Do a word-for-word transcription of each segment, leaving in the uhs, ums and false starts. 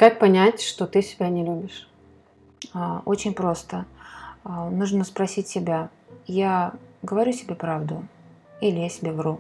Как понять, что ты себя не любишь? А, Очень просто. А, Нужно спросить себя, я говорю себе правду или я себе вру?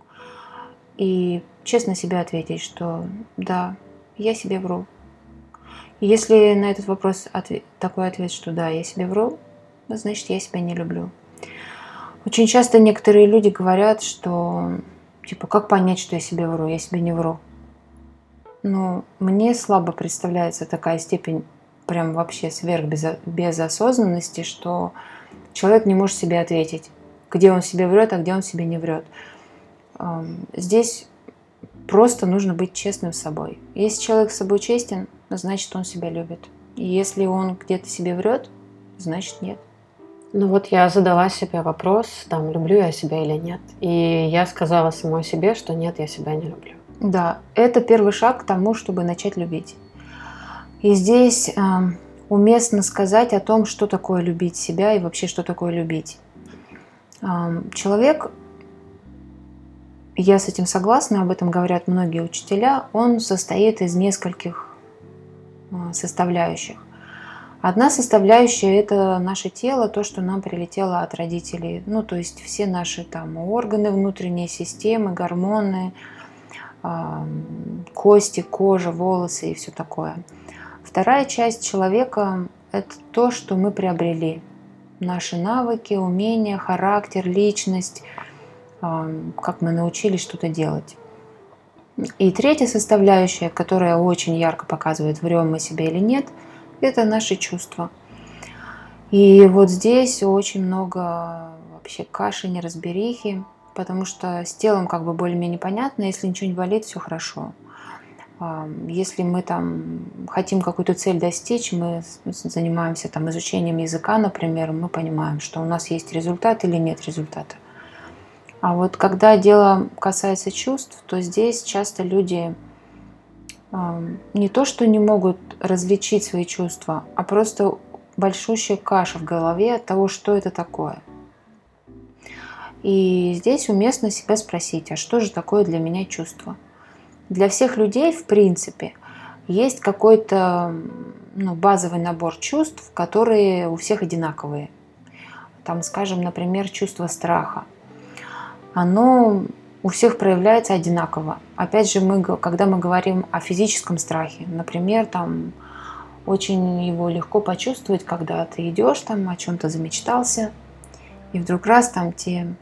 И честно себе ответить, что да, я себе вру. И если на этот вопрос отве- такой ответ, что да, я себе вру, ну, значит, я себя не люблю. Очень часто некоторые люди говорят, что типа, как понять, что я себе вру? Я себе не вру. Но мне слабо представляется такая степень прям вообще сверх безо- безосознанности, что человек не может себе ответить, где он себе врет, а где он себе не врет. Ам, Здесь просто нужно быть честным с собой. Если человек с собой честен, значит, он себя любит. И если он где-то себе врет, значит, нет. Ну вот я задала себе вопрос, там, люблю я себя или нет. И я сказала самой себе, что нет, я себя не люблю. Да, это первый шаг к тому, чтобы начать любить. И здесь ам, уместно сказать о том, что такое любить себя и вообще, что такое любить. Ам, Человек, я с этим согласна, об этом говорят многие учителя, он состоит из нескольких а, составляющих. Одна составляющая – это наше тело, то, что нам прилетело от родителей. Ну, то есть все наши там органы, внутренние системы, гормоны, а, кости, кожа, волосы и все такое. Вторая часть человека – это то, что мы приобрели. Наши навыки, умения, характер, личность, а, как мы научились что-то делать. И третья составляющая, которая очень ярко показывает, врем мы себе или нет, это наши чувства. И вот здесь очень много вообще каши, неразберихи, потому что с телом как бы более-менее понятно, если ничего не болит, все хорошо. А, Если мы там хотим какую-то цель достичь, мы занимаемся там изучением языка, например, мы понимаем, что у нас есть результат или нет результата. А вот когда дело касается чувств, то здесь часто люди а, не то, что не могут различить свои чувства, а просто большущая каша в голове от того, что это такое. И здесь уместно себя спросить, а что же такое для меня чувство? Для всех людей, в принципе, есть какой-то ну, базовый набор чувств, которые у всех одинаковые. Там, скажем, например, чувство страха. Оно у всех проявляется одинаково. Опять же, мы, когда мы говорим о физическом страхе, например, там очень его легко почувствовать, когда ты идешь, там о чем-то замечтался, и вдруг раз там те...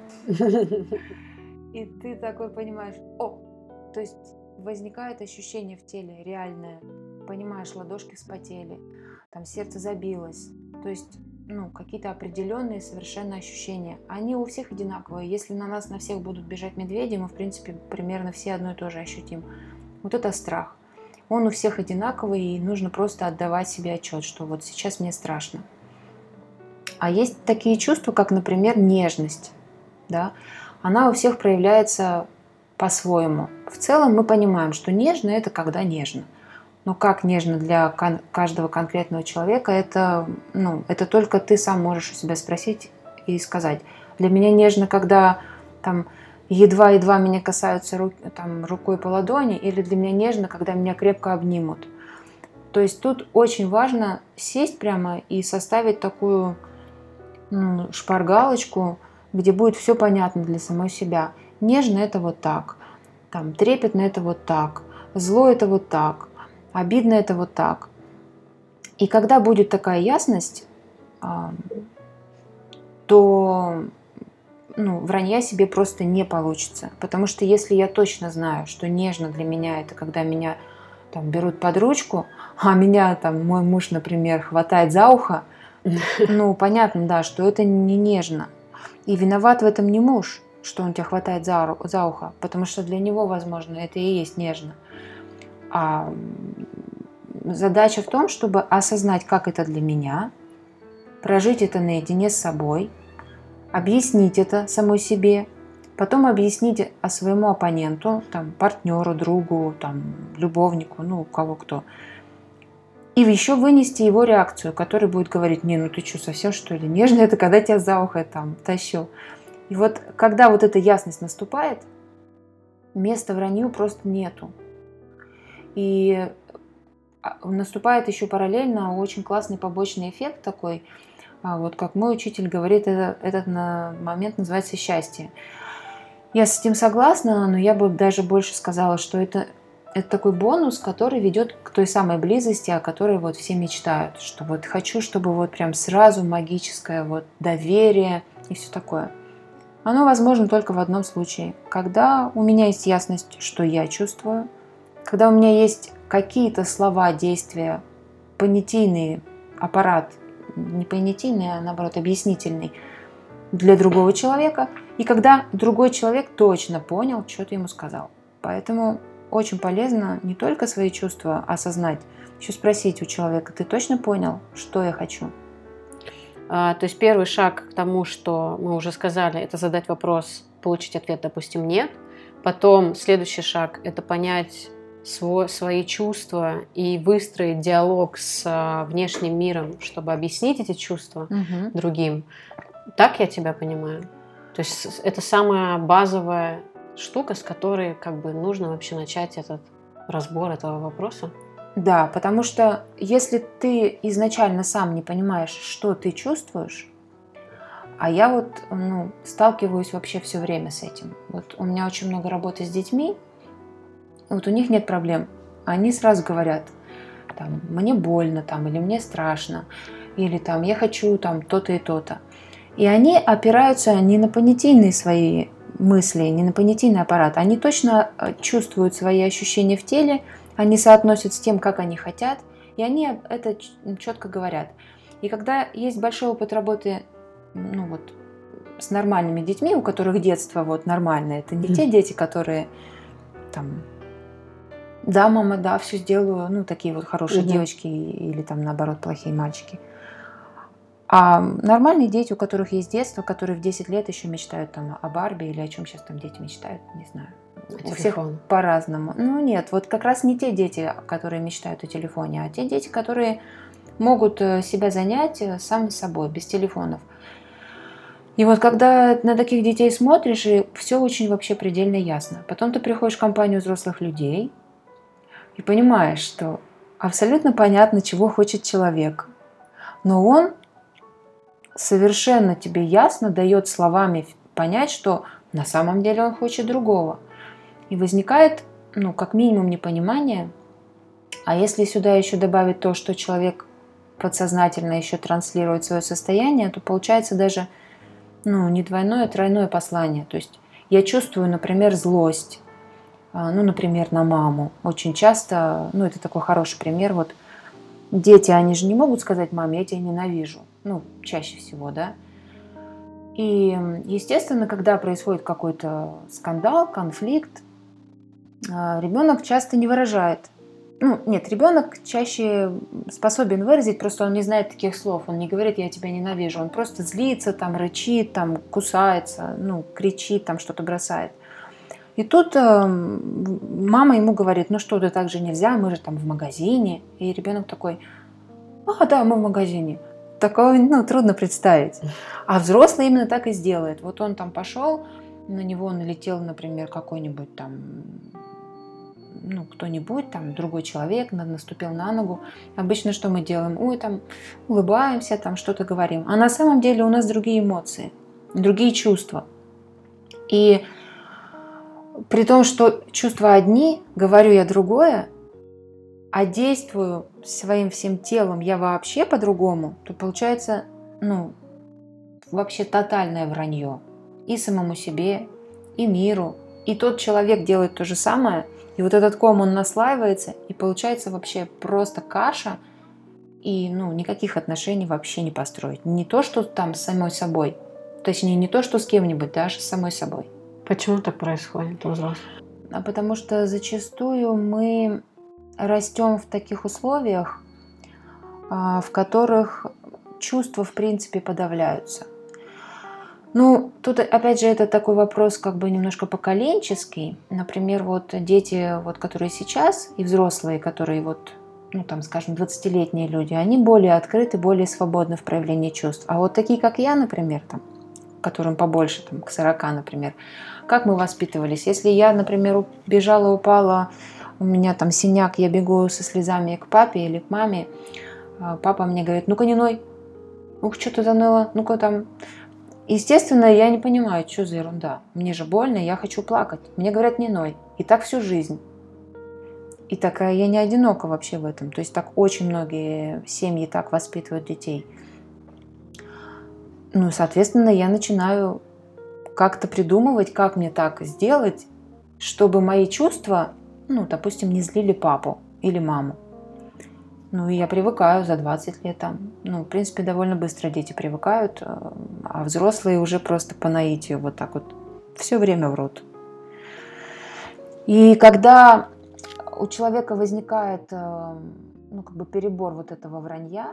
И ты такой понимаешь, о, то есть возникает ощущение в теле реальное, понимаешь, ладошки вспотели, там сердце забилось, то есть ну, какие-то определенные совершенно ощущения. Они у всех одинаковые. Если на нас на всех будут бежать медведи, мы, в принципе, примерно все одно и то же ощутим. Вот это страх. Он у всех одинаковый, и нужно просто отдавать себе отчет, что вот сейчас мне страшно. А есть такие чувства, как, например, нежность. Да? Она у всех проявляется по-своему. В целом мы понимаем, что нежно – это когда нежно. Но как нежно для кон- каждого конкретного человека, это, ну, это только ты сам можешь у себя спросить и сказать. Для меня нежно, когда там едва-едва меня касаются рук, там, рукой по ладони, или для меня нежно, когда меня крепко обнимут. То есть тут очень важно сесть прямо и составить такую ну, шпаргалочку, где будет все понятно для самой себя. Нежно – это вот так, там, трепетно – это вот так, зло – это вот так, обидно – это вот так. И когда будет такая ясность, то ну, вранья себе просто не получится. Потому что если я точно знаю, что нежно для меня – это когда меня там, берут под ручку, а меня там мой муж, например, хватает за ухо, ну, понятно, да, что это не нежно. И виноват в этом не муж, что он тебя хватает за, за ухо, потому что для него, возможно, это и есть нежно. А задача в том, чтобы осознать, как это для меня, прожить это наедине с собой, объяснить это самой себе, потом объяснить о своему оппоненту, там, партнеру, другу, там, любовнику, ну, у кого кто. И еще вынести его реакцию, который будет говорить, не, ну ты что, совсем что ли? Нежно это когда тебя за ухо там тащил. И вот когда вот эта ясность наступает, места вранью просто нету. И наступает еще параллельно очень классный побочный эффект такой, вот как мой учитель говорит, это, этот момент называется счастье. Я с этим согласна, но я бы даже больше сказала, что это, это такой бонус, который ведет к той самой близости, о которой вот все мечтают, что вот хочу, чтобы вот прям сразу магическое вот доверие и все такое. Оно возможно только в одном случае, когда у меня есть ясность, что я чувствую, когда у меня есть какие-то слова, действия, понятийный аппарат, не понятийный, а наоборот объяснительный для другого человека, и когда другой человек точно понял, что ты ему сказал. Поэтому очень полезно не только свои чувства осознать, еще спросить у человека, ты точно понял, что я хочу? А, то есть первый шаг к тому, что мы уже сказали, это задать вопрос, получить ответ, допустим, нет. Потом следующий шаг – это понять свой, свои чувства и выстроить диалог с а, внешним миром, чтобы объяснить эти чувства Угу. другим. Так я тебя понимаю? То есть это самая базовая штука, с которой как бы нужно вообще начать этот разбор этого вопроса? Да, потому что если ты изначально сам не понимаешь, что ты чувствуешь, а я вот ну, сталкиваюсь вообще все время с этим. Вот у меня очень много работы с детьми, вот у них нет проблем. Они сразу говорят, там, мне больно, там, или мне страшно, или там, я хочу там, то-то и то-то. И они опираются не на понятийные свои мысли, не на понятийный аппарат. Они точно чувствуют свои ощущения в теле, они соотносят с тем, как они хотят, и они это четко говорят. И когда есть большой опыт работы ну, вот, с нормальными детьми, у которых детство вот, нормальное, это не mm. те дети, которые там, да, мама, да, все сделаю, ну, такие вот хорошие mm-hmm. девочки или там, наоборот, плохие мальчики. А нормальные дети, у которых есть детство, которые в десять лет еще мечтают там, о Барби или о чем сейчас там дети мечтают, не знаю. У всех по-разному. Ну нет, вот как раз не те дети, которые мечтают о телефоне, а те дети, которые могут себя занять сами собой, без телефонов. И вот когда на таких детей смотришь, и все очень вообще предельно ясно. Потом ты приходишь в компанию взрослых людей и понимаешь, что абсолютно понятно, чего хочет человек. Но он совершенно тебе ясно дает словами понять, что на самом деле он хочет другого. И возникает, ну, как минимум, непонимание. А если сюда еще добавить то, что человек подсознательно еще транслирует свое состояние, то получается даже, ну, не двойное, а тройное послание. То есть я чувствую, например, злость, ну, например, на маму. Очень часто, ну, это такой хороший пример, вот дети, они же не могут сказать маме, я тебя ненавижу. Ну, чаще всего, да. И, естественно, когда происходит какой-то скандал, конфликт, ребенок часто не выражает. Ну, нет, ребенок чаще способен выразить, просто он не знает таких слов. Он не говорит, я тебя ненавижу. Он просто злится, там, рычит, там, кусается, ну, кричит, там, что-то бросает. И тут э, мама ему говорит, ну что, ты так же нельзя, мы же там в магазине. И ребенок такой, а, да, мы в магазине. Такого, ну, трудно представить. А взрослый именно так и сделает. Вот он там пошел, на него налетел, например, какой-нибудь там, ну, кто-нибудь, там, другой человек, наступил на ногу. Обычно что мы делаем? Ой, там, улыбаемся, там, что-то говорим. А на самом деле у нас другие эмоции, другие чувства. И при том, что чувства одни, говорю я другое, а действую своим всем телом я вообще по-другому, то получается, ну, вообще тотальное вранье. И самому себе, и миру. И тот человек делает то же самое, и вот этот ком, он наслаивается, и получается вообще просто каша, и, ну, никаких отношений вообще не построить. Не то, что там с самой собой, точнее, не то, что с кем-нибудь, даже с самой собой. Почему так происходит у взрослых? А потому что зачастую мы растем в таких условиях, в которых чувства, в принципе, подавляются. Ну, тут, опять же, это такой вопрос как бы немножко поколенческий. Например, вот дети, вот, которые сейчас, и взрослые, которые вот, ну, там, скажем, двадцатилетние люди, они более открыты, более свободны в проявлении чувств. А вот такие, как я, например, там, которым побольше, там, к сорока, например, как мы воспитывались? Если я, например, бежала, упала, у меня там синяк, я бегу со слезами к папе или к маме, папа мне говорит: ну-ка не ной, ух, что ты заныла, ну-ка там. Естественно, я не понимаю, что за ерунда. Мне же больно, я хочу плакать. Мне говорят: не ной. И так всю жизнь. И такая я не одинока вообще в этом. То есть так очень многие семьи так воспитывают детей. Ну, соответственно, я начинаю как-то придумывать, как мне так сделать, чтобы мои чувства, ну, допустим, не злили папу или маму. Ну, и я привыкаю за двадцать лет там. Ну, в принципе, довольно быстро дети привыкают, а взрослые уже просто по наитию вот так вот все время врут. И когда у человека возникает, ну, как бы перебор вот этого вранья,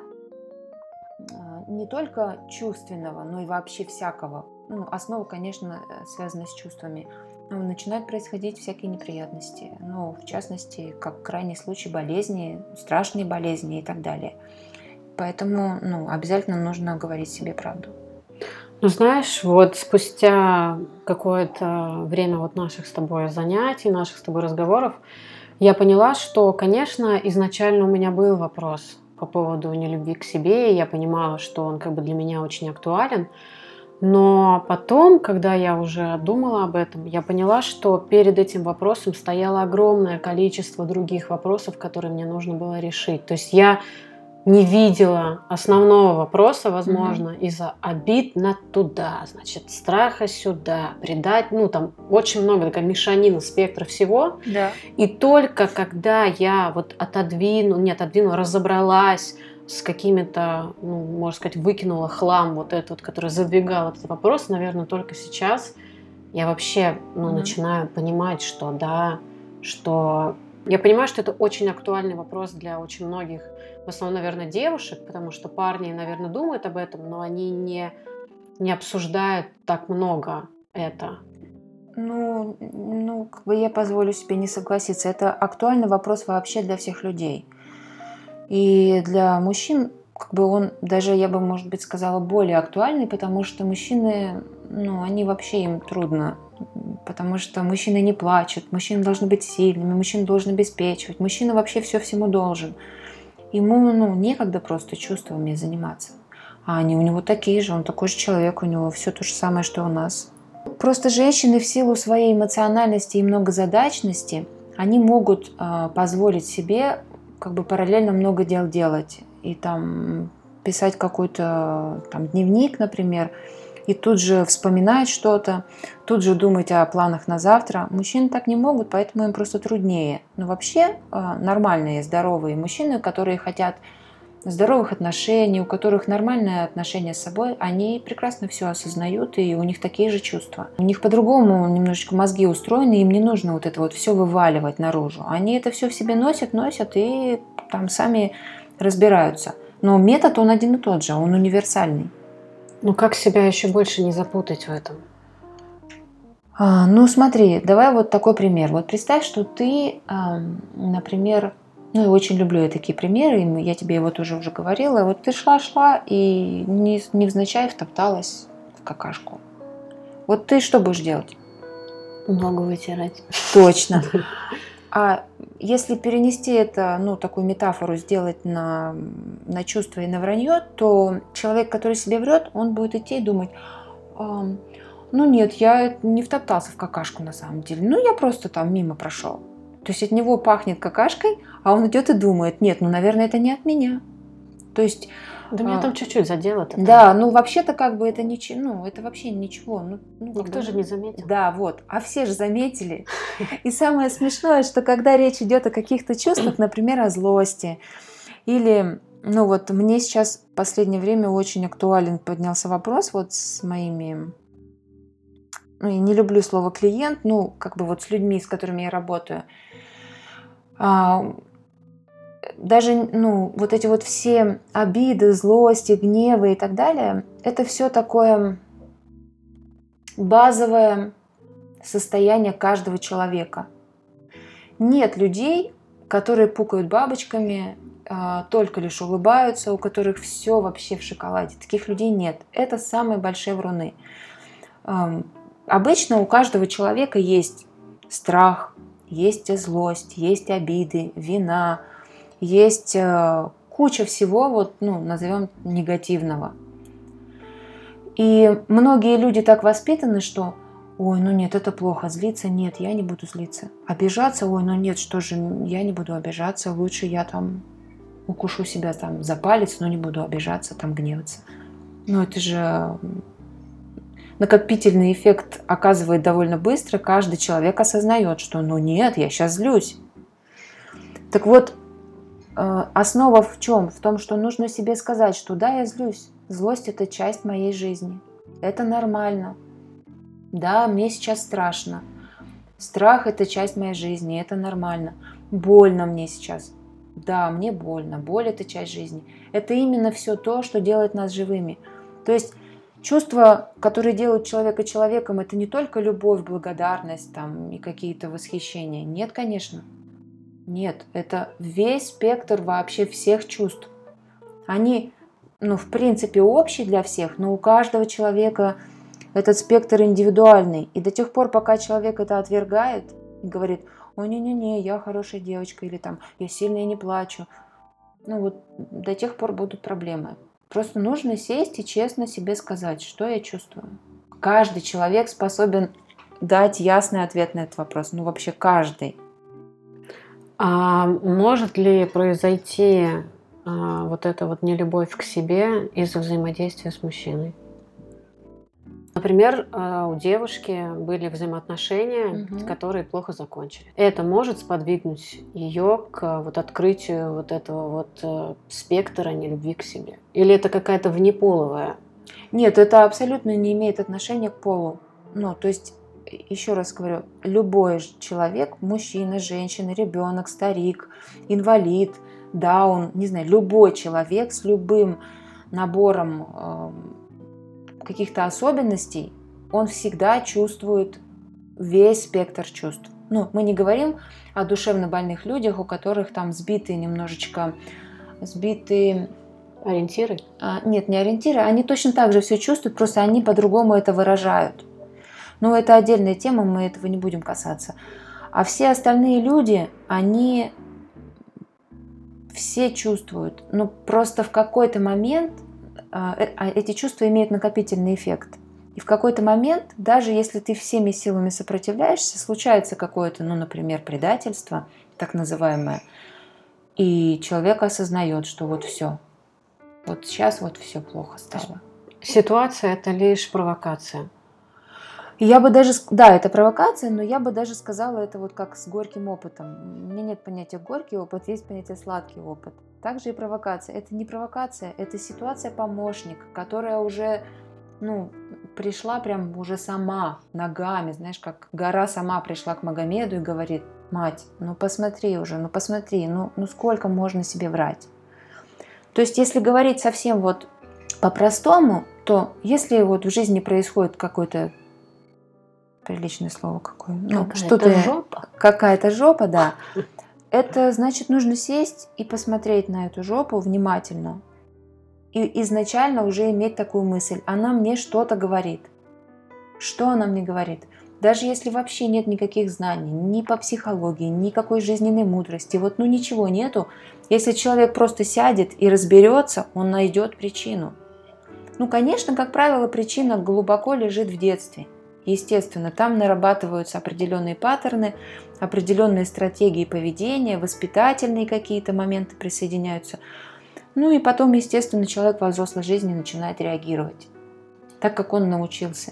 не только чувственного, но и вообще всякого. Ну, основа, конечно, связана с чувствами. Начинают происходить всякие неприятности. Ну, в частности, как крайний случай болезни, страшные болезни и так далее. Поэтому, ну, обязательно нужно говорить себе правду. Ну, знаешь, вот спустя какое-то время вот наших с тобой занятий, наших с тобой разговоров, я поняла, что, конечно, изначально у меня был вопрос по поводу нелюбви к себе, и я понимала, что он как бы для меня очень актуален. Но потом, когда я уже думала об этом, я поняла, что перед этим вопросом стояло огромное количество других вопросов, которые мне нужно было решить. То есть я не видела основного вопроса, возможно, mm-hmm. из-за обид на туда, значит, страха сюда, предать, ну, там очень много, такая мешанина, спектра всего. Да. И только когда я вот отодвинула, не отодвинула, разобралась с какими-то, ну, можно сказать, выкинула хлам вот этот, который задвигал этот вопрос, наверное, только сейчас я вообще, ну, mm-hmm. начинаю понимать, что да, что... Я понимаю, что это очень актуальный вопрос для очень многих, в основном, наверное, девушек, потому что парни, наверное, думают об этом, но они не, не обсуждают так много это. Ну, ну, как бы я позволю себе не согласиться. Это актуальный вопрос вообще для всех людей. И для мужчин, как бы он даже, я бы, может быть, сказала, более актуальный, потому что мужчины, ну, они вообще им трудно. Потому что мужчины не плачут, мужчины должны быть сильными, мужчина должен обеспечивать, мужчина вообще все всему должен. Ему, ну, некогда просто чувствами заниматься. А они у него такие же, он такой же человек, у него все то же самое, что у нас. Просто женщины в силу своей эмоциональности и многозадачности, они могут э, позволить себе как бы параллельно много дел делать. И там писать какой-то там дневник, например, и тут же вспоминать что-то, тут же думать о планах на завтра. Мужчины так не могут, поэтому им просто труднее. Но вообще нормальные, здоровые мужчины, которые хотят здоровых отношений, у которых нормальное отношение с собой, они прекрасно все осознают, и у них такие же чувства. У них по-другому немножечко мозги устроены, им не нужно вот это вот все вываливать наружу. Они это все в себе носят, носят и там сами разбираются. Но метод, он один и тот же, он универсальный. Ну, как себя еще больше не запутать в этом? А, ну, смотри, давай вот такой пример. Вот представь, что ты, а, например, ну, я очень люблю я такие примеры, и я тебе его тоже уже говорила. Вот ты шла-шла и невзначай втопталась в какашку. Вот ты что будешь делать? Ногу вытирать. Точно. А если перенести это, ну, такую метафору сделать на, на чувство и на вранье, то человек, который себе врет, он будет идти и думать: а, ну нет, я не втоптался в какашку на самом деле, ну я просто там мимо прошел. То есть от него пахнет какашкой, а он идет и думает: нет, ну, наверное, это не от меня. То есть... Да меня а, там чуть-чуть задело. Да, ну вообще-то как бы это ничего, ну это вообще ничего. Ну, ну, Никто бы, же не заметил. Да, вот, а все же заметили. И самое смешное, что когда речь идет о каких-то чувствах, например, о злости, или, ну вот мне сейчас в последнее время очень актуален поднялся вопрос вот с моими, ну я не люблю слово клиент, ну как бы вот с людьми, с которыми я работаю. Даже, ну, вот эти вот все обиды, злости, гневы и так далее, это все такое базовое состояние каждого человека. Нет людей, которые пукают бабочками, только лишь улыбаются, у которых все вообще в шоколаде. Таких людей нет. Это самые большие вруны. Обычно у каждого человека есть страх, есть злость, есть обиды, вина, есть э, куча всего, вот, ну, назовем негативного. И многие люди так воспитаны, что ой, ну нет, это плохо, злиться нет, я не буду злиться. Обижаться, ой, ну нет, что же, я не буду обижаться, лучше я там укушу себя там за палец, но не буду обижаться, там гневаться. Ну это же накопительный эффект оказывает довольно быстро, каждый человек осознает, что ну нет, я сейчас злюсь. Так вот, основа в чем? В том, что нужно себе сказать, что да, я злюсь. Злость – это часть моей жизни. Это нормально. Да, мне сейчас страшно. Страх – это часть моей жизни, это нормально. Больно мне сейчас. Да, мне больно. Боль – это часть жизни. Это именно все то, что делает нас живыми. То есть чувства, которые делают человека человеком, это не только любовь, благодарность там, и какие-то восхищения. Нет, конечно. Нет, это весь спектр вообще всех чувств. Они, ну, в принципе, общие для всех, но у каждого человека этот спектр индивидуальный. И до тех пор, пока человек это отвергает и говорит, ой, не-не-не, я хорошая девочка, или там, я сильно и не плачу, ну вот до тех пор будут проблемы. Просто нужно сесть и честно себе сказать, что я чувствую. Каждый человек способен дать ясный ответ на этот вопрос. Ну, вообще каждый. А может ли произойти а, вот эта вот нелюбовь к себе из-за взаимодействия с мужчиной? Например, у девушки были взаимоотношения, угу. которые плохо закончились. Это может сподвигнуть ее к вот открытию вот этого вот спектра нелюбви к себе? Или это какая-то внеполовая? Нет, это абсолютно не имеет отношения к полу. Ну, то есть, еще раз говорю, любой человек, мужчина, женщина, ребенок, старик, инвалид, даун, не знаю, любой человек с любым набором каких-то особенностей, он всегда чувствует весь спектр чувств. Ну, мы не говорим о душевно больных людях, у которых там сбитые немножечко, сбитые... Ориентиры? А, нет, не ориентиры, они точно так же все чувствуют, просто они по-другому это выражают. Но это отдельная тема, мы этого не будем касаться. А все остальные люди, они все чувствуют, но просто в какой-то момент эти чувства имеют накопительный эффект. И в какой-то момент, даже если ты всеми силами сопротивляешься, случается какое-то, ну, например, предательство, так называемое, и человек осознает, что вот все, вот сейчас вот все плохо стало. Ситуация – это лишь провокация. Я бы даже, да, это провокация, но я бы даже сказала это вот как с горьким опытом. У меня нет понятия горький опыт, есть понятие сладкий опыт. Также и провокация. Это не провокация, это ситуация-помощник, которая уже, ну, пришла прям уже сама, ногами, знаешь, как гора сама пришла к Магомеду и говорит, мать, ну посмотри уже, ну посмотри, ну, ну сколько можно себе врать. То есть, если говорить совсем вот по-простому, то если вот в жизни происходит какой-то приличное слово какое. Ну, какая-то что-то, жопа. Какая-то жопа, да. Это значит, нужно сесть и посмотреть на эту жопу внимательно. И изначально уже иметь такую мысль. Она мне что-то говорит. Что она мне говорит? Даже если вообще нет никаких знаний, ни по психологии, никакой жизненной мудрости, вот ну ничего нету, если человек просто сядет и разберется, он найдет причину. Ну, конечно, как правило, причина глубоко лежит в детстве. Естественно, там нарабатываются определенные паттерны, определенные стратегии поведения, воспитательные какие-то моменты присоединяются. Ну и потом, естественно, человек во взрослой жизни начинает реагировать, так как он научился.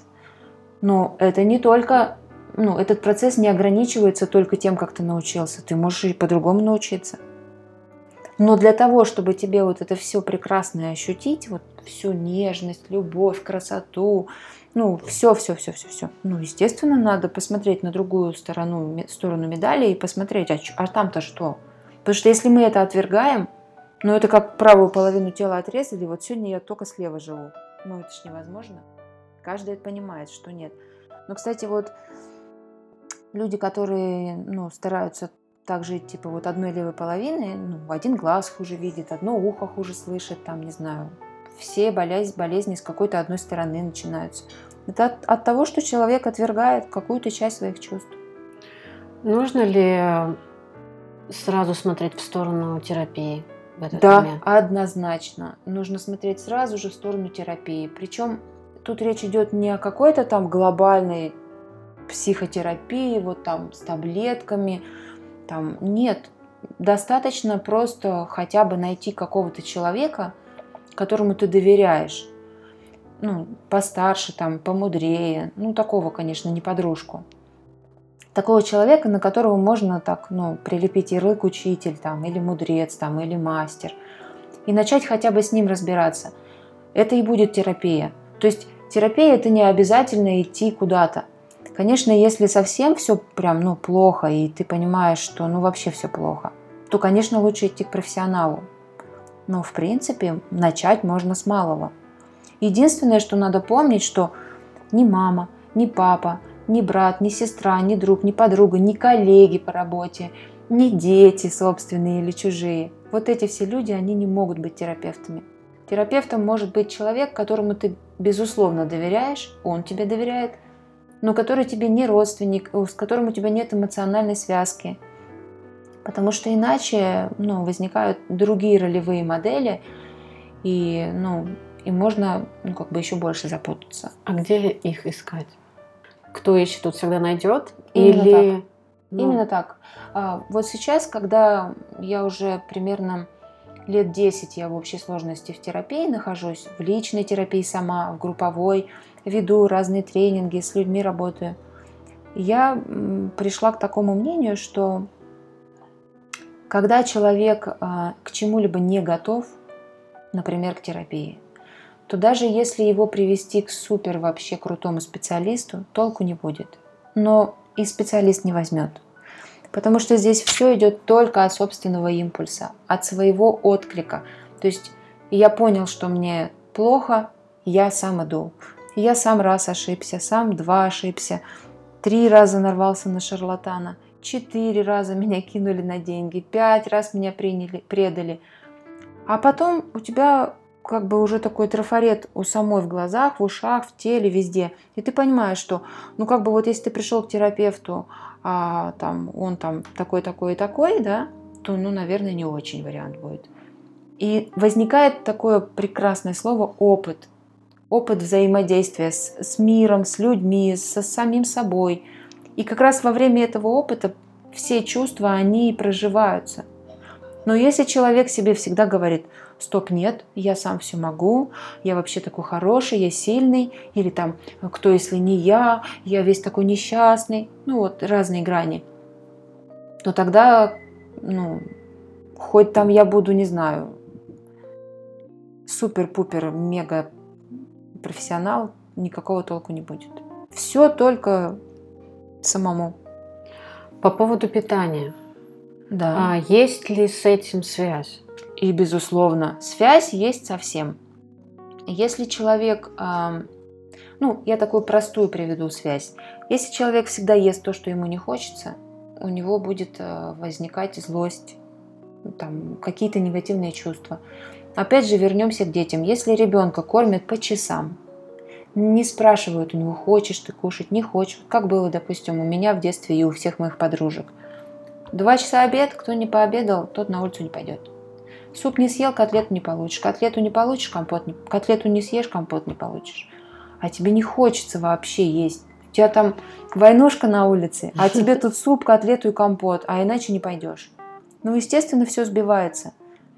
Но это не только, ну, этот процесс не ограничивается только тем, как ты научился. Ты можешь и по-другому научиться. Но для того, чтобы тебе вот это все прекрасное ощутить, вот всю нежность, любовь, красоту, ну, все, все, все, все, все. Ну, естественно, надо посмотреть на другую сторону, сторону медали и посмотреть, а, а там-то что? Потому что если мы это отвергаем, ну, это как правую половину тела отрезали, вот сегодня я только слева живу. Ну, это ж невозможно. Каждый это понимает, что нет. Но, кстати, вот люди, которые, ну, стараются так жить, типа, вот одной левой половины, ну, один глаз хуже видит, одно ухо хуже слышит, там, не знаю, все болезни, болезни с какой-то одной стороны начинаются. Это от, от того, что человек отвергает какую-то часть своих чувств. Нужно ли сразу смотреть в сторону терапии в этот Да, момент? однозначно. Нужно смотреть сразу же в сторону терапии. Причем тут речь идет не о какой-то там глобальной психотерапии, вот там с таблетками. Там нет. Достаточно просто хотя бы найти какого-то человека, которому ты доверяешь. Ну, постарше, там, помудрее. Ну, такого, конечно, не подружку. Такого человека, на которого можно так, ну, прилепить ярлык учитель, там, или мудрец, там, или мастер. И начать хотя бы с ним разбираться. Это и будет терапия. То есть терапия – это не обязательно идти куда-то. Конечно, если совсем все прям, ну, плохо, и ты понимаешь, что, ну, вообще все плохо, то, конечно, лучше идти к профессионалу. Но, в принципе, начать можно с малого. Единственное, что надо помнить, что ни мама, ни папа, ни брат, ни сестра, ни друг, ни подруга, ни коллеги по работе, ни дети собственные или чужие. Вот эти все люди, они не могут быть терапевтами. Терапевтом может быть человек, которому ты, безусловно, доверяешь, он тебе доверяет, но который тебе не родственник, с которым у тебя нет эмоциональной связки. Потому что иначе, ну, возникают другие ролевые модели, и, ну, и можно, ну, как бы еще больше запутаться. А где их искать? Кто ищет, тут всегда найдет? Именно Или... так. Ну, Именно так. А, вот сейчас, когда я уже примерно лет десять я в общей сложности в терапии нахожусь, в личной терапии сама, в групповой, веду разные тренинги, с людьми работаю, я пришла к такому мнению, что когда человек а, к чему-либо не готов, например, к терапии, то даже если его привести к супер вообще крутому специалисту, толку не будет. Но и специалист не возьмет. Потому что здесь все идет только от собственного импульса, от своего отклика. То есть я понял, что мне плохо, я сам иду. Я сам раз ошибся, сам два ошибся, три раза нарвался на шарлатана, четыре раза меня кинули на деньги, пять раз меня приняли, предали. А потом у тебя как бы уже такой трафарет у самой в глазах, в ушах, в теле, везде. И ты понимаешь, что, ну как бы вот если ты пришел к терапевту, а там он там такой, такой и такой, да, то, ну, наверное, не очень вариант будет. И возникает такое прекрасное слово «опыт». Опыт взаимодействия с, с миром, с людьми, со самим собой. И как раз во время этого опыта все чувства, они и проживаются. Но если человек себе всегда говорит: стоп, нет, я сам все могу, я вообще такой хороший, я сильный, или там, кто если не я, я весь такой несчастный, ну вот разные грани, то тогда, ну, хоть там я буду, не знаю, супер-пупер мега профессионал, никакого толку не будет. Все только самому. по поводу питания. Да. А есть ли с этим связь? И, безусловно, связь есть со всем. Если человек, э, ну, я такую простую приведу связь. Если человек всегда ест то, что ему не хочется, у него будет э, возникать злость, там, какие-то негативные чувства. Опять же, вернемся к детям. Если ребенка кормят по часам, не спрашивают у него: хочешь ты кушать, не хочешь. Как было, допустим, у меня в детстве и у всех моих подружек. Два часа обед, кто не пообедал, тот на улицу не пойдет. Суп не съел, котлету не получишь. Котлету не получишь, компот не... Котлету не съешь, компот не получишь. А тебе не хочется вообще есть. У тебя там войнушка на улице, а тебе тут суп, котлету и компот, а иначе не пойдешь. Ну, естественно, все сбивается.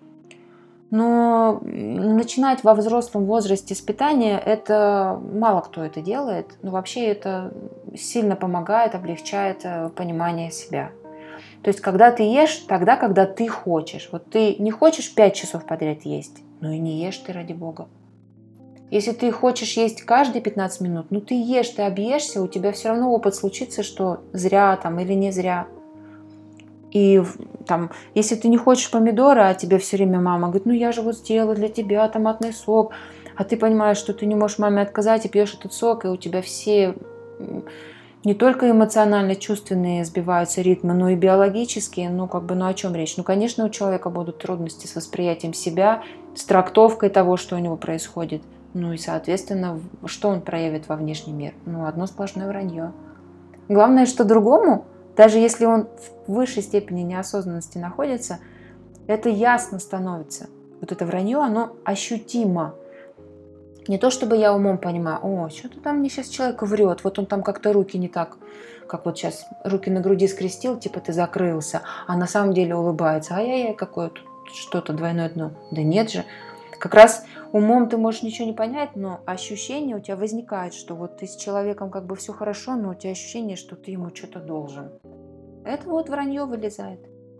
Но начинать во взрослом возрасте с питания, это мало кто это делает. Но вообще это сильно помогает, облегчает понимание себя. То есть, когда ты ешь, тогда, когда ты хочешь. Вот ты не хочешь пять часов подряд есть, ну и не ешь ты, ради бога. Если ты хочешь есть каждые пятнадцать минут, ну ты ешь, ты объешься, у тебя все равно опыт случится, что зря там или не зря. И там, если ты не хочешь помидоры, а тебе все время мама говорит: ну я же вот сделала для тебя томатный сок, а ты понимаешь, что ты не можешь маме отказать и пьешь этот сок, и у тебя все... Не только эмоционально чувственные сбиваются ритмы, но и биологические. Ну, как бы, ну о чем речь? Ну, конечно, у человека будут трудности с восприятием себя, с трактовкой того, что у него происходит. Ну и, соответственно, что он проявит во внешний мир? Ну, одно сплошное вранье. Главное, что другому Даже если он в высшей степени неосознанности находится, это ясно становится. Вот это вранье, оно ощутимо. Не то чтобы я умом понимаю, о, что-то там мне сейчас человек врет, вот он там как-то руки не так, как вот сейчас руки на груди скрестил, типа ты закрылся, а на самом деле улыбается. Ай-яй-яй, какое тут что-то двойное дно. Да нет же. Как раз умом ты можешь ничего не понять, но ощущение у тебя возникает, что вот ты с человеком как бы все хорошо, но у тебя ощущение, что ты ему что-то должен. Это вот вранье вылезает.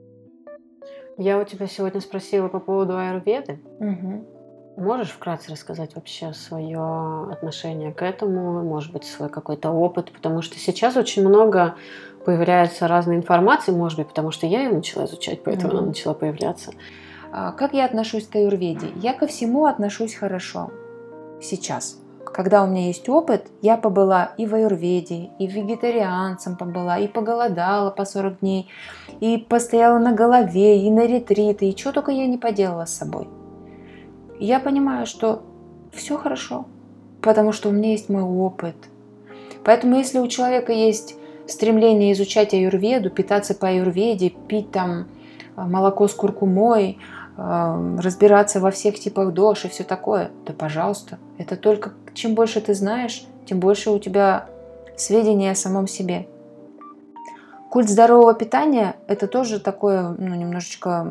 Я у тебя сегодня спросила по поводу аюрведы. Угу. Можешь вкратце рассказать вообще свое отношение к этому, может быть, свой какой-то опыт? Потому что сейчас очень много появляется разной информации, может быть, потому что я ее начала изучать, поэтому mm-hmm. она начала появляться. А как я отношусь к аюрведе? Я ко всему отношусь хорошо сейчас. Когда у меня есть опыт, я побыла и в аюрведе, и вегетарианцем побыла, и поголодала по сорок дней, и постояла на голове, и на ретриты, и что только я не поделала с собой. Я понимаю, что все хорошо, потому что у меня есть мой опыт. Поэтому если у человека есть стремление изучать аюрведу, питаться по аюрведе, пить там молоко с куркумой, разбираться во всех типах дош и все такое, да пожалуйста. Это только чем больше ты знаешь, тем больше у тебя сведений о самом себе. Культ здорового питания – это тоже такое, ну, немножечко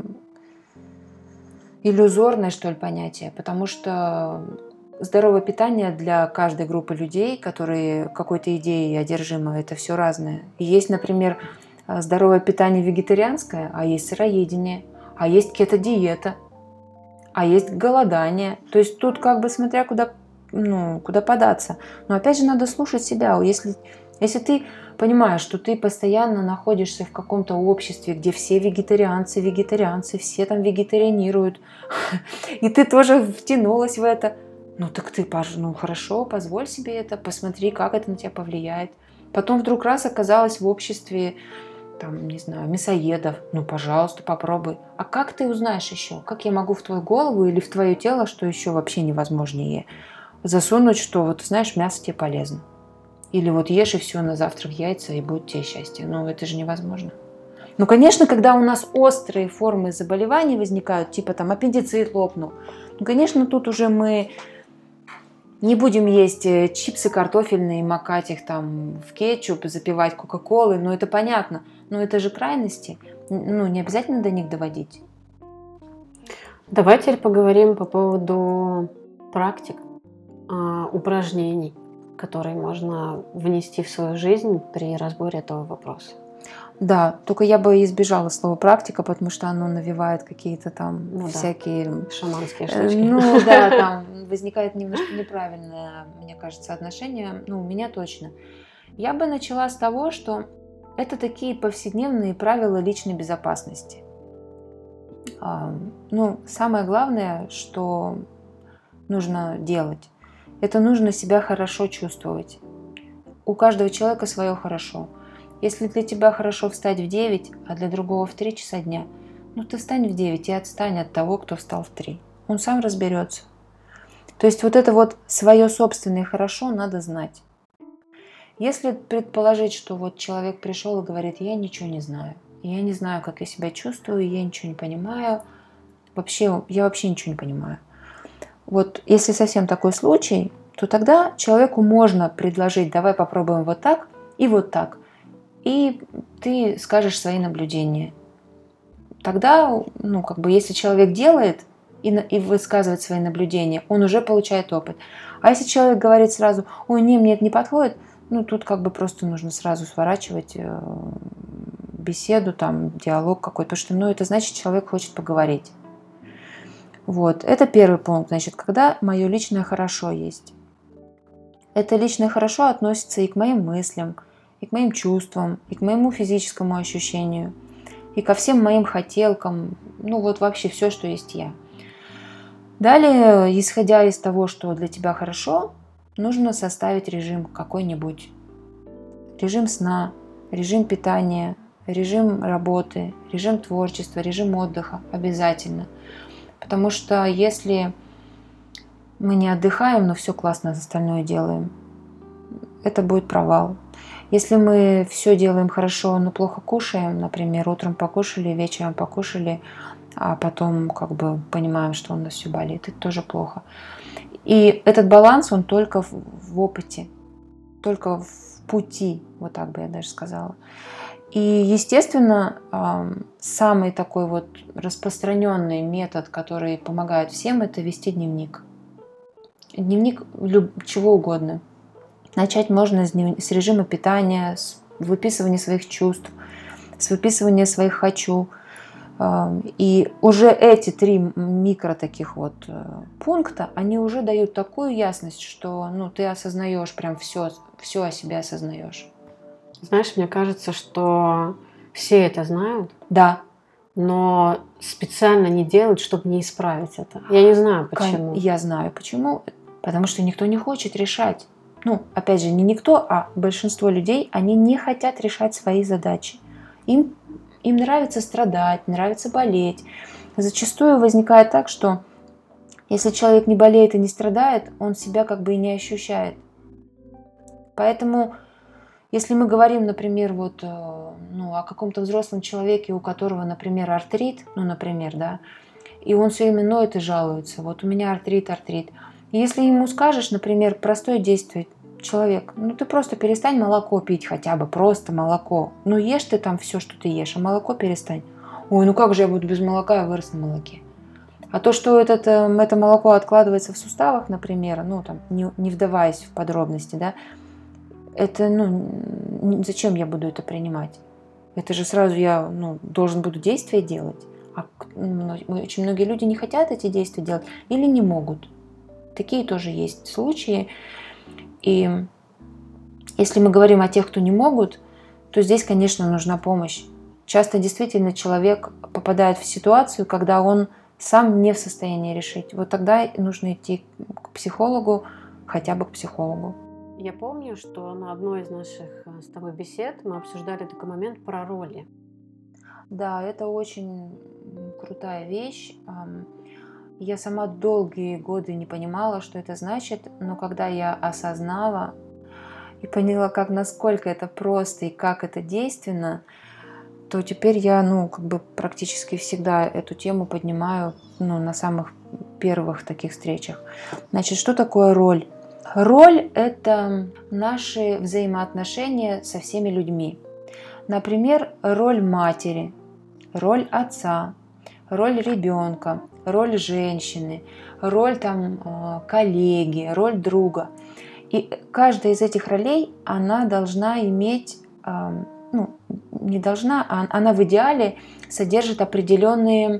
иллюзорное, что ли, понятие, потому что здоровое питание для каждой группы людей, которые какой-то идеей одержимы, это все разное. И есть, например, здоровое питание вегетарианское, а есть сыроедение, а есть кето-диета, а есть голодание. То есть тут как бы смотря куда, ну, куда податься. Но опять же надо слушать себя. Если, если ты понимаешь, что ты постоянно находишься в каком-то обществе, где все вегетарианцы, вегетарианцы, все там вегетарианируют, и ты тоже втянулась в это, ну так ты, ну хорошо, позволь себе это, посмотри, как это на тебя повлияет. Потом вдруг раз оказалась в обществе, там, не знаю, мясоедов, ну пожалуйста, попробуй. А как ты узнаешь еще? Как я могу в твою голову или в твое тело, что еще вообще невозможнее, засунуть, что вот, знаешь, мясо тебе полезно? Или вот ешь и все, на завтрак яйца, и будет тебе счастье. Ну, это же невозможно. Ну, конечно, когда у нас острые формы заболеваний возникают, типа там аппендицит лопнул, ну, конечно, тут уже мы не будем есть чипсы картофельные, макать их там в кетчуп, запивать кока-колой, ну, это понятно. Но это же крайности. Ну, не обязательно до них доводить. Давай теперь поговорим по поводу практик, упражнений, которые можно внести в свою жизнь при разборе этого вопроса. Да, только я бы избежала слова практика, потому что оно навевает какие-то там ну, всякие... Да. Шаманские штучки. Ну да, там возникает немножко неправильное, мне кажется, отношение. Ну, у меня точно. Я бы начала с того, что это такие повседневные правила личной безопасности. Ну, самое главное, что нужно делать, это нужно себя хорошо чувствовать. У каждого человека свое хорошо. Если для тебя хорошо встать в девять, а для другого в три часа дня, ну ты встань в девять и отстань от того, кто встал в три. Он сам разберется. То есть вот это вот свое собственное хорошо надо знать. Если предположить, что вот человек пришел и говорит, я ничего не знаю, я не знаю, как я себя чувствую, я ничего не понимаю, вообще, я вообще ничего не понимаю. Вот если совсем такой случай, то тогда человеку можно предложить, давай попробуем вот так и вот так. И ты скажешь свои наблюдения. Тогда, ну, как бы, если человек делает и, и высказывает свои наблюдения, он уже получает опыт. А если человек говорит сразу, ой, не, мне это не подходит, ну, тут как бы просто нужно сразу сворачивать беседу, там, диалог какой-то, потому что, ну, это значит, человек хочет поговорить. Вот, это первый пункт, значит, когда мое личное хорошо есть. Это личное хорошо относится и к моим мыслям, и к моим чувствам, и к моему физическому ощущению, и ко всем моим хотелкам, ну вот вообще все, что есть я. Далее, исходя из того, что для тебя хорошо, нужно составить режим какой-нибудь. Режим сна, режим питания, режим работы, режим творчества, режим отдыха обязательно. Потому что если мы не отдыхаем, но все классно остальное делаем, это будет провал. Если мы все делаем хорошо, но плохо кушаем, например, утром покушали, вечером покушали, а потом как бы понимаем, что у нас все болит, это тоже плохо. И этот баланс, он только в, в опыте, только в пути, вот так бы я даже сказала. И, естественно, самый такой вот распространенный метод, который помогает всем, это вести дневник. Дневник чего угодно. Начать можно с режима питания, с выписывания своих чувств, с выписывания своих «хочу». И уже эти три микро таких вот пункта, они уже дают такую ясность, что ну, ты осознаешь прям все, все о себе осознаешь. Знаешь, мне кажется, что все это знают. Да. Но специально не делают, чтобы не исправить это. Я не знаю, почему. Я знаю, почему. Потому что никто не хочет решать. Ну, опять же, не никто, а большинство людей, они не хотят решать свои задачи. Им, им нравится страдать, нравится болеть. Зачастую возникает так, что если человек не болеет и не страдает, он себя как бы и не ощущает. Поэтому, если мы говорим, например, вот, ну, о каком-то взрослом человеке, у которого, например, артрит, ну, например, да, и он все время ноет и жалуется, вот у меня артрит, артрит. И если ему скажешь, например, простое действие, человек, ну ты просто перестань молоко пить хотя бы, просто молоко. Ну ешь ты там все, что ты ешь, а молоко перестань. Ой, ну как же я буду без молока, я вырос на молоке. А то, что этот, это молоко откладывается в суставах, например, ну там, не, не вдаваясь в подробности, да, это, ну, зачем я буду это принимать? Это же сразу я, ну, должен буду действия делать. А ну, очень многие люди не хотят эти действия делать или не могут. Такие тоже есть случаи. И если мы говорим о тех, кто не могут, то здесь, конечно, нужна помощь. Часто действительно человек попадает в ситуацию, когда он сам не в состоянии решить. Вот тогда нужно идти к психологу, хотя бы к психологу. Я помню, что на одной из наших с тобой бесед мы обсуждали такой момент про роли. Да, это очень крутая вещь. Я сама долгие годы не понимала, что это значит, но когда я осознала и поняла, как насколько это просто и как это действенно, то теперь я, ну, как бы практически всегда эту тему поднимаю, ну, на самых первых таких встречах. Значит, что такое роль? Роль – это наши взаимоотношения со всеми людьми. Например, роль матери, роль отца, роль ребенка, роль женщины, роль там, коллеги, роль друга. И каждая из этих ролей, она должна иметь, ну, не должна, а она в идеале содержит определенные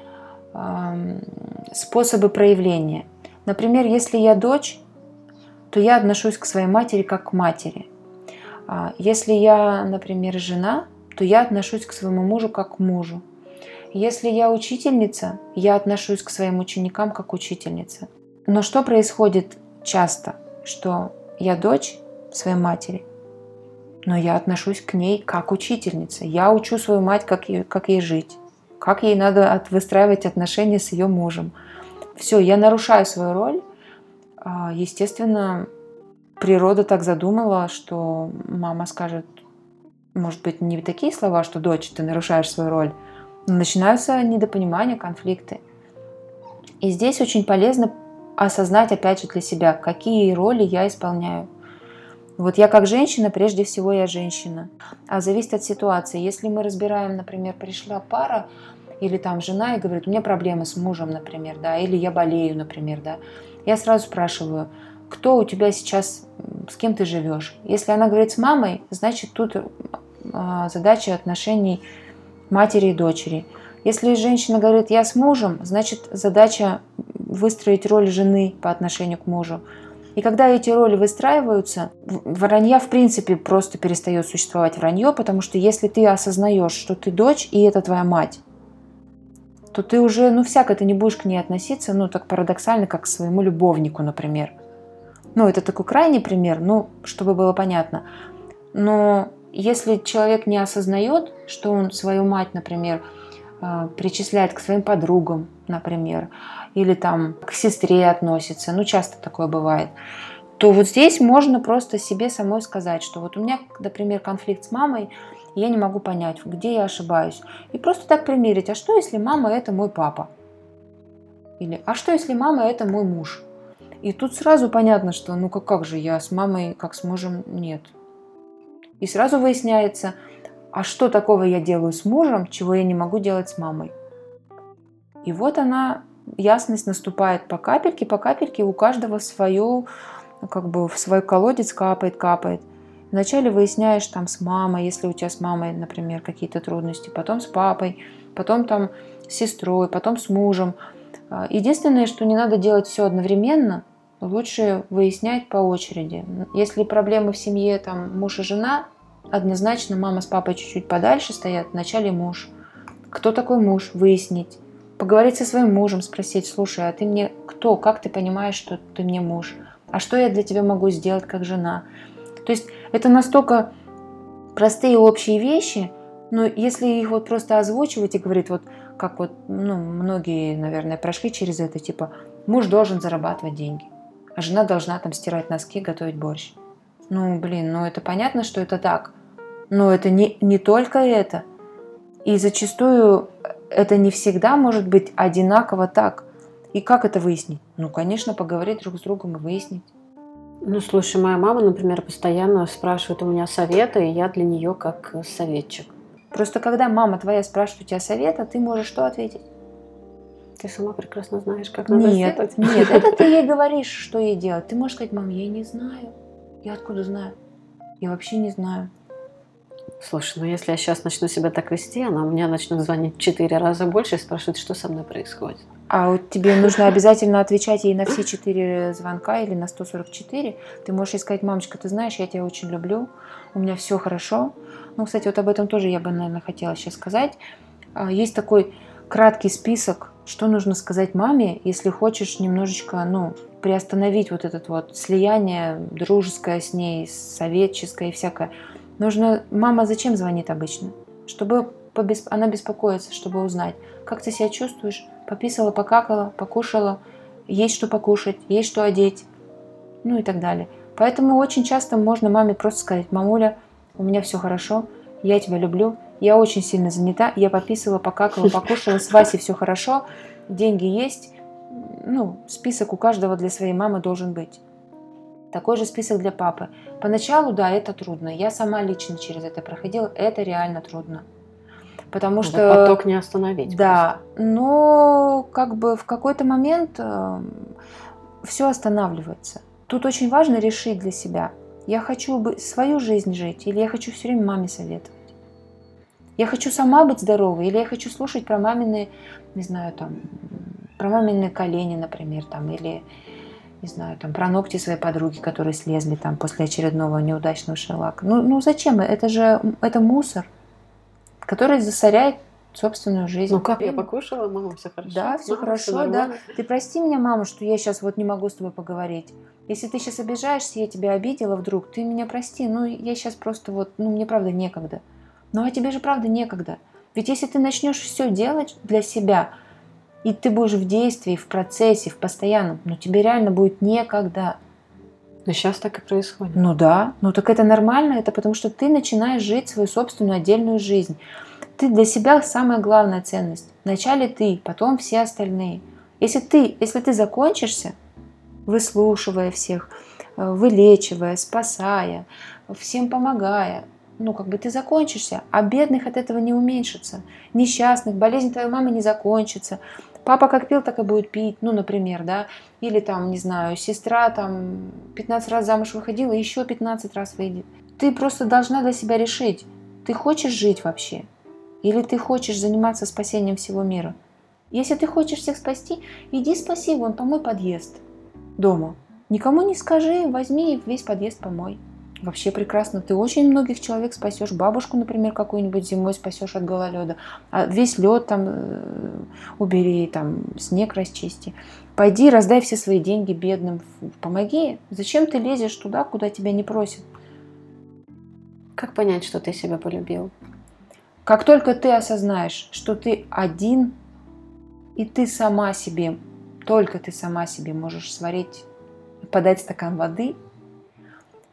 способы проявления. Например, если я дочь, то я отношусь к своей матери как к матери. Если я, например, жена, то я отношусь к своему мужу как к мужу. Если я учительница, я отношусь к своим ученикам как учительница. Но что происходит часто? Что я дочь своей матери, но я отношусь к ней как учительница. Я учу свою мать, как ей, как ей жить, как ей надо выстраивать отношения с ее мужем. Все, я нарушаю свою роль. Естественно, природа так задумала, что мама скажет, может быть, не такие слова, что дочь, ты нарушаешь свою роль. Но начинаются недопонимания, конфликты. И здесь очень полезно осознать, опять же, для себя, какие роли я исполняю. Вот я как женщина, прежде всего я женщина. А зависит от ситуации. Если мы разбираем, например, пришла пара, или там жена и говорит, у меня проблемы с мужем, например, да, или я болею, например, да, я сразу спрашиваю, кто у тебя сейчас, с кем ты живешь. Если она говорит с мамой, значит тут задача отношений матери и дочери. Если женщина говорит, я с мужем, значит задача выстроить роль жены по отношению к мужу. И когда эти роли выстраиваются, вранья в принципе просто перестает существовать вранье, потому что если ты осознаешь, что ты дочь и это твоя мать, то ты уже, ну, всяко ты не будешь к ней относиться, ну, так парадоксально, как к своему любовнику, например. Ну, это такой крайний пример, ну, чтобы было понятно. Но если человек не осознает, что он свою мать, например, причисляет к своим подругам, например, или там к сестре относится, ну, часто такое бывает, то вот здесь можно просто себе самой сказать, что вот у меня, например, конфликт с мамой, и я не могу понять, где я ошибаюсь. И просто так примерить, а что, если мама – это мой папа? Или а что, если мама – это мой муж? И тут сразу понятно, что ну как, как же я с мамой, как с мужем, нет. И сразу выясняется, а что такого я делаю с мужем, чего я не могу делать с мамой? И вот она, ясность наступает по капельке, по капельке у каждого свою, как бы в свой колодец капает, капает. Вначале выясняешь там с мамой, если у тебя с мамой, например, какие-то трудности, потом с папой, потом там с сестрой, потом с мужем. Единственное, что не надо делать все одновременно, лучше выяснять по очереди. Если проблемы в семье, там муж и жена, однозначно мама с папой чуть-чуть подальше стоят, вначале муж. Кто такой муж? Выяснить. Поговорить со своим мужем, спросить, слушай, а ты мне кто? Как ты понимаешь, что ты мне муж? А что я для тебя могу сделать как жена? То есть это настолько простые общие вещи, но если их вот просто озвучивать и говорить, вот как вот ну, многие, наверное, прошли через это, типа муж должен зарабатывать деньги, а жена должна там стирать носки, готовить борщ. Ну, блин, ну это понятно, что это так. Но это не, не только это. И зачастую это не всегда может быть одинаково так. И как это выяснить? Ну, конечно, поговорить друг с другом и выяснить. Ну, слушай, моя мама, например, постоянно спрашивает у меня советы, и я для нее как советчик. Просто когда мама твоя спрашивает у тебя совета, ты можешь что ответить? Ты сама прекрасно знаешь, как надо нет, сделать. Нет, это ты ей говоришь, что ей делать. Ты можешь сказать, мам, я не знаю. Я откуда знаю? Я вообще не знаю. Слушай, ну если я сейчас начну себя так вести, она у меня начнет звонить в четыре раза больше и спрашивать, что со мной происходит. А вот тебе нужно обязательно отвечать ей на все четыре звонка или на сто сорок четыре. Ты можешь ей сказать, мамочка, ты знаешь, я тебя очень люблю, у меня все хорошо. Ну, кстати, вот об этом тоже я бы, наверное, хотела сейчас сказать. Есть такой краткий список, что нужно сказать маме, если хочешь немножечко, ну, приостановить вот это вот слияние дружеское с ней, советческое и всякое. Нужно... Мама зачем звонит обычно? Чтобы побесп... она беспокоится, чтобы узнать, как ты себя чувствуешь, пописала, покакала, покушала, есть что покушать, есть что одеть, ну и так далее. Поэтому очень часто можно маме просто сказать, мамуля, у меня все хорошо, я тебя люблю, я очень сильно занята, я пописала, покакала, покушала, с Васей все хорошо, деньги есть, ну, список у каждого для своей мамы должен быть. Такой же список для папы. Поначалу, да, это трудно. Я сама лично через это проходила. Это реально трудно. Потому Надо что... поток не остановить. Да, просто. Но как бы в какой-то момент э, все останавливается. Тут очень важно решить для себя. Я хочу бы свою жизнь жить или я хочу все время маме советовать. Я хочу сама быть здоровой или я хочу слушать про мамины, не знаю, там, про мамины колени, например, там, или... не знаю, там, про ногти своей подруги, которые слезли там после очередного неудачного шерлака. Ну, ну зачем? Это же это мусор, который засоряет собственную жизнь. Ну как, я покушала, мама, все хорошо? Да, все мама, хорошо, все да. Ты прости меня, мама, что я сейчас вот не могу с тобой поговорить. Если ты сейчас обижаешься, я тебя обидела вдруг, ты меня прости, ну я сейчас просто вот, ну мне правда некогда. Ну а тебе же правда некогда. Ведь если ты начнешь все делать для себя, и ты будешь в действии, в процессе, в постоянном, но тебе реально будет некогда. Но сейчас так и происходит. Ну да, ну так это нормально, это потому что ты начинаешь жить свою собственную отдельную жизнь. Ты для себя самая главная ценность. Вначале ты, потом все остальные. Если ты, если ты закончишься, выслушивая всех, вылечивая, спасая, всем помогая, ну, как бы ты закончишься, а бедных от этого не уменьшится. Несчастных, болезнь твоей мамы не закончится. Папа как пил, так и будет пить, ну, например, да. Или там, не знаю, сестра там пятнадцать раз замуж выходила, еще пятнадцать раз выйдет. Ты просто должна для себя решить, ты хочешь жить вообще? Или ты хочешь заниматься спасением всего мира? Если ты хочешь всех спасти, иди спаси, вон, помой подъезд дома. Никому не скажи, возьми и весь подъезд помой. Вообще прекрасно. Ты очень многих человек спасешь. Бабушку, например, какую-нибудь зимой спасешь от гололеда. А весь лед там э, убери, там снег расчисти. Пойди, раздай все свои деньги бедным. Помоги. Зачем ты лезешь туда, куда тебя не просят? Как понять, что ты себя полюбил? Как только ты осознаешь, что ты один, и ты сама себе, только ты сама себе можешь сварить, подать стакан воды,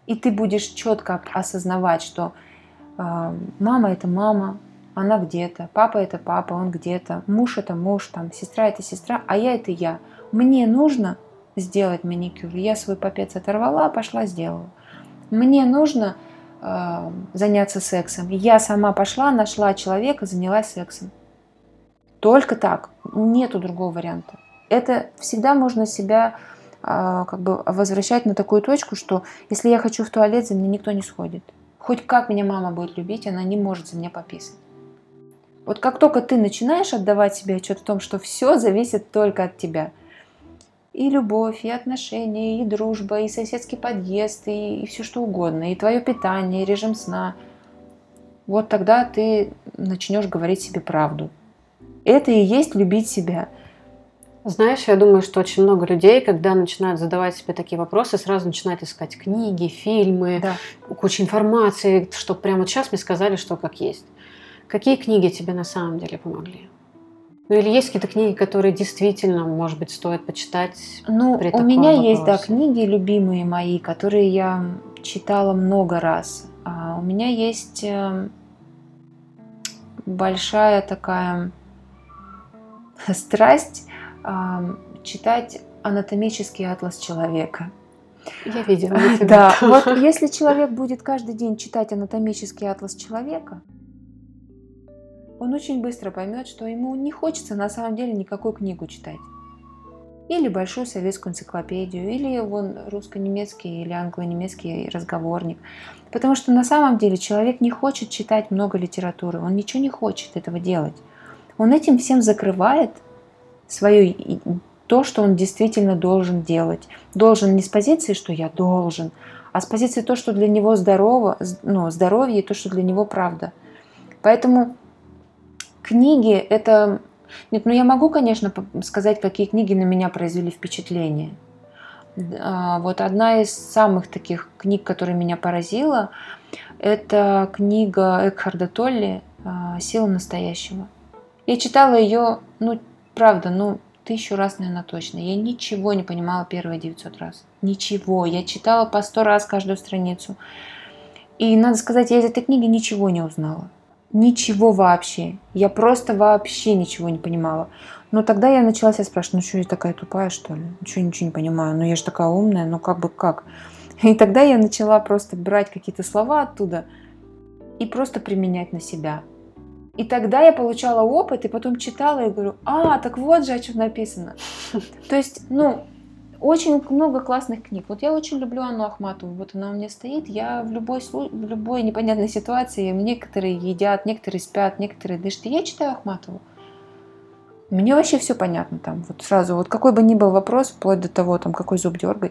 И ты будешь четко осознавать, что э, мама – это мама, она где-то, папа – это папа, он где-то, муж – это муж, там, сестра – это сестра, а я – это я. Мне нужно сделать маникюр. Я свой попец оторвала, пошла, сделала. Мне нужно э, заняться сексом. Я сама пошла, нашла человека, занялась сексом. Только так. Нету другого варианта. Это всегда можно себя э, как бы возвращать на такую точку, что если я хочу в туалет, за меня никто не сходит. Хоть как меня мама будет любить, она не может за меня пописать. Вот как только ты начинаешь отдавать себе отчет в том, что все зависит только от тебя, и любовь, и отношения, и дружба, и соседский подъезд, и, и все что угодно, и твое питание, и режим сна, вот тогда ты начнешь говорить себе правду. Это и есть любить себя. Знаешь, я думаю, что очень много людей, когда начинают задавать себе такие вопросы, сразу начинают искать книги, фильмы, Да. кучу информации, что прямо вот сейчас мне сказали, что как есть. Какие книги тебе на самом деле помогли? Ну или есть какие-то книги, которые действительно, может быть, стоит почитать? Ну, при у таком меня есть, да, вопросе? книги любимые мои, которые я читала много раз. А у меня есть э, большая такая страсть э, читать анатомический атлас человека. Я видела. я Да, тебя. вот если человек будет каждый день читать анатомический атлас человека, он очень быстро поймет, что ему не хочется на самом деле никакую книгу читать. Или большую советскую энциклопедию, или вон русско-немецкий или англо-немецкий разговорник. Потому что на самом деле человек не хочет читать много литературы, он ничего не хочет этого делать. Он этим всем закрывает свое, то, что он действительно должен делать. Должен не с позиции, что я должен, а с позиции то, что для него здорово, ну, здоровье и то, что для него правда. Поэтому книги это... Нет, ну я могу, конечно, сказать, какие книги на меня произвели впечатление. Вот одна из самых таких книг, которая меня поразила, это книга Экхарда Толле «Сила настоящего». Я читала ее, ну, правда, ну, тысячу раз, наверное, точно. Я ничего не понимала первые девятьсот раз. Ничего. Я читала по сто раз каждую страницу. И, надо сказать, я из этой книги ничего не узнала. Ничего вообще. Я просто вообще ничего не понимала. Но тогда я начала себя спрашивать, ну что, я такая тупая, что ли? Ну что, я ничего не понимаю? Ну я же такая умная, ну как бы как? И тогда я начала просто брать какие-то слова оттуда и просто применять на себя. И тогда я получала опыт, и потом читала и говорю, а, так вот же о чем написано. То есть, ну, очень много классных книг. Вот я очень люблю Анну Ахматову. Вот она у меня стоит. Я в любой, в любой непонятной ситуации, некоторые едят, некоторые спят, некоторые дышат. И я читаю Ахматову. Мне вообще все понятно там. Вот сразу, вот какой бы ни был вопрос, вплоть до того, там, какой зуб дергать.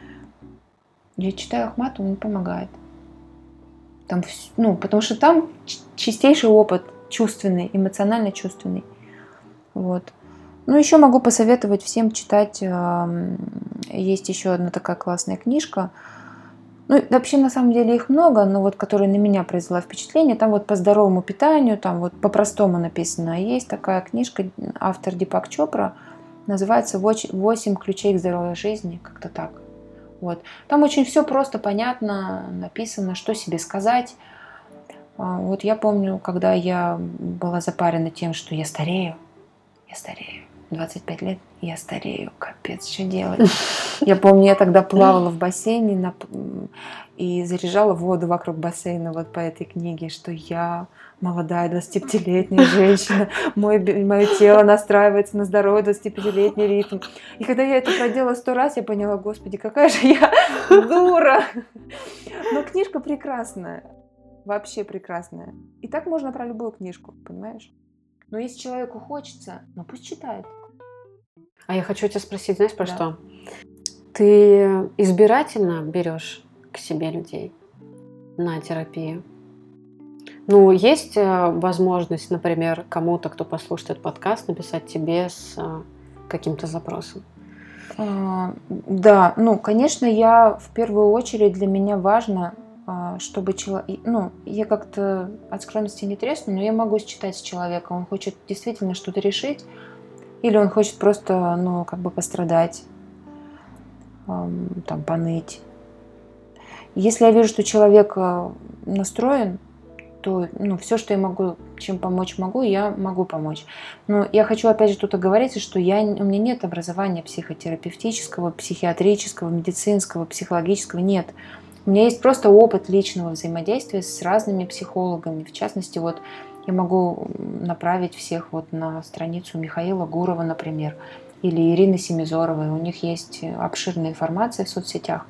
Я читаю Ахматову, мне помогает. Там, ну, потому что там чистейший опыт, чувственный, эмоционально чувственный. Вот. Ну, еще могу посоветовать всем читать. Есть еще одна такая классная книжка. Ну, вообще, на самом деле, их много, но вот, которая на меня произвела впечатление. Там вот по здоровому питанию, там вот по-простому написано. Есть такая книжка, автор Дипак Чопра, называется «Восемь ключей к здоровой жизни», как-то так. Вот. Там очень все просто, понятно написано, что себе сказать. Вот я помню, когда я была запарена тем, что я старею, я старею. двадцать пять лет, я старею, капец, что делать? Я помню, я тогда плавала в бассейне на... и заряжала воду вокруг бассейна вот по этой книге, что я молодая двадцатипятилетняя женщина, мое, мое тело настраивается на здоровый двадцатипятилетний ритм. И когда я это проделала сто раз, я поняла, господи, какая же я дура! Но книжка прекрасная, вообще прекрасная. И так можно про любую книжку, понимаешь? Но если человеку хочется, ну пусть читает. А я хочу тебя спросить, знаешь, про Да. что? Ты избирательно берешь к себе людей на терапию? Ну, есть возможность, например, кому-то, кто послушает этот подкаст, написать тебе с каким-то запросом? А, да, ну, конечно, я в первую очередь, для меня важно, чтобы человек, ну, я как-то от скромности не тресну, но я могу считать с человеком, он хочет действительно что-то решить, или он хочет просто, ну, как бы пострадать, там, поныть. Если я вижу, что человек настроен, то ну, все, что я могу, чем помочь могу, я могу помочь. Но я хочу опять же тут оговориться, что я, у меня нет образования психотерапевтического, психиатрического, медицинского, психологического, нет. У меня есть просто опыт личного взаимодействия с разными психологами. В частности, вот я могу направить всех вот на страницу Михаила Гурова, например, или Ирины Семизоровой. У них есть обширная информация в соцсетях.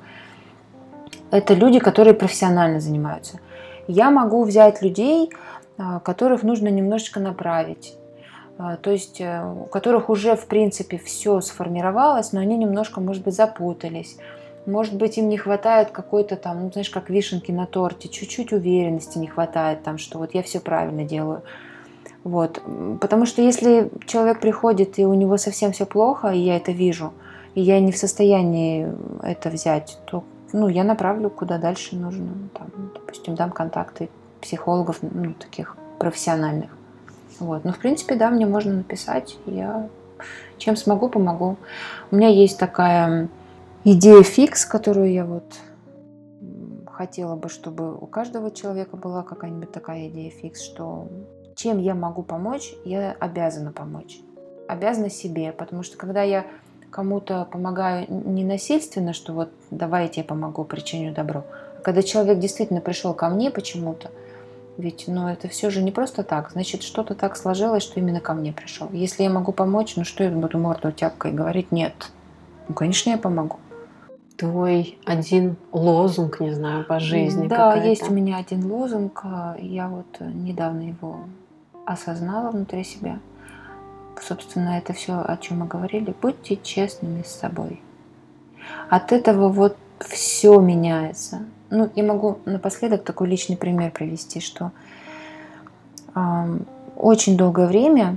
Это люди, которые профессионально занимаются. Я могу взять людей, которых нужно немножечко направить. То есть у которых уже, в принципе, все сформировалось, но они немножко, может быть, запутались. Может быть, им не хватает какой-то там, ну, знаешь, как вишенки на торте, чуть-чуть уверенности не хватает, там, что вот я все правильно делаю. Вот. Потому что если человек приходит, и у него совсем все плохо, и я это вижу, и я не в состоянии это взять, то ну, я направлю куда дальше нужно. Там, допустим, дам контакты психологов, ну, таких профессиональных. Вот. Но, в принципе, да, мне можно написать. Я чем смогу, помогу. У меня есть такая идея фикс, которую я вот хотела бы, чтобы у каждого человека была какая-нибудь такая идея фикс, что чем я могу помочь, я обязана помочь. Обязана себе, потому что когда я кому-то помогаю не насильственно, что вот давай я тебе помогу, причиню добро, а когда человек действительно пришел ко мне почему-то, ведь ну, это все же не просто так, значит, что-то так сложилось, что именно ко мне пришел. Если я могу помочь, ну что я буду морду тяпкой говорить? Нет. Ну, конечно, я помогу. Твой один лозунг, не знаю, по жизни. Да, какая-то. Есть у меня один лозунг, я вот недавно его осознала внутри себя. Собственно, это все, о чем мы говорили. Будьте честными с собой. От этого вот все меняется. Ну, я могу напоследок такой личный пример привести, что э, очень долгое время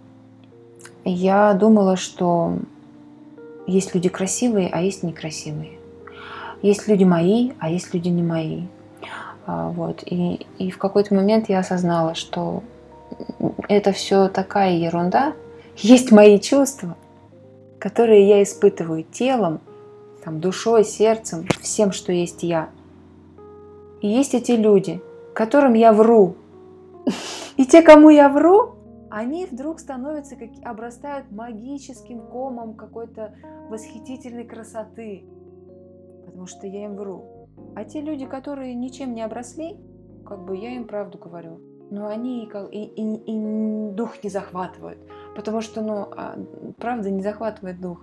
я думала, что есть люди красивые, а есть некрасивые. Есть люди мои, а есть люди не мои. А, вот. И, и в какой-то момент я осознала, что это все такая ерунда. Есть мои чувства, которые я испытываю телом, там, душой, сердцем, всем, что есть я. И есть эти люди, которым я вру. И те, кому я вру, они вдруг становятся, как, обрастают магическим комом какой-то восхитительной красоты, потому что я им вру. А те люди, которые ничем не обросли, как бы я им правду говорю, но они и, и, и дух не захватывают, потому что, ну, правда не захватывает дух.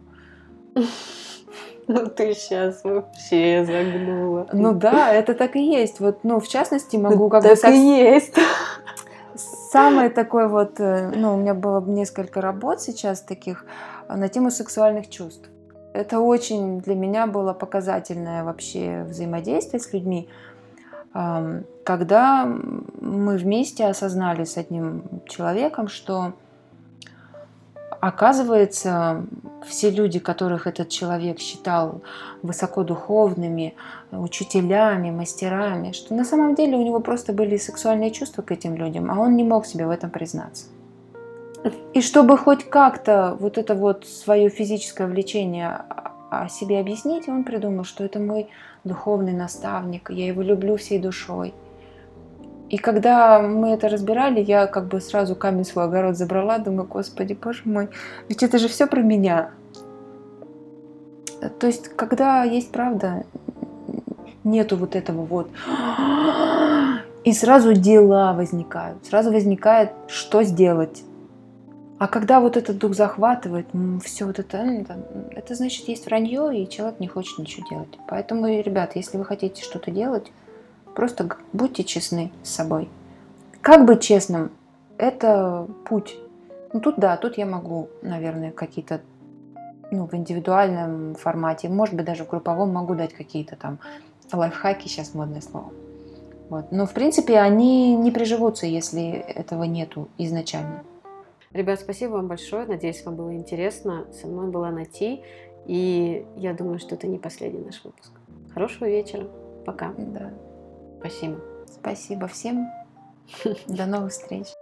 Ну ты сейчас вообще загнула. Ну да, это так и есть. Вот, ну, в частности, могу как так бы... Так и есть. Самое такое вот, ну, у меня было несколько работ сейчас таких на тему сексуальных чувств. Это очень для меня было показательное вообще взаимодействие с людьми, когда мы вместе осознали с одним человеком, что оказывается, все люди, которых этот человек считал высокодуховными, учителями, мастерами, что на самом деле у него просто были сексуальные чувства к этим людям, а он не мог себе в этом признаться. И чтобы хоть как-то вот это вот свое физическое влечение о себе объяснить, он придумал, что это мой духовный наставник, я его люблю всей душой. И когда мы это разбирали, я как бы сразу камень в свой огород забрала, думаю, Господи, Боже мой, ведь это же все про меня. То есть, когда есть правда, нету вот этого вот. И сразу дела возникают, сразу возникает, что сделать. А когда вот этот дух захватывает, все вот это, это значит, есть вранье, и человек не хочет ничего делать. Поэтому, ребят, если вы хотите что-то делать, просто будьте честны с собой. Как быть честным? Это путь. Ну тут да, тут я могу, наверное, какие-то, ну, в индивидуальном формате, может быть, даже в групповом могу дать какие-то там лайфхаки, сейчас модное слово. Вот. Но, в принципе, они не приживутся, если этого нету изначально. Ребят, спасибо вам большое. Надеюсь, вам было интересно. Со мной была Нати. И я думаю, что это не последний наш выпуск. Хорошего вечера. Пока. Да. Спасибо. Спасибо всем. До новых встреч.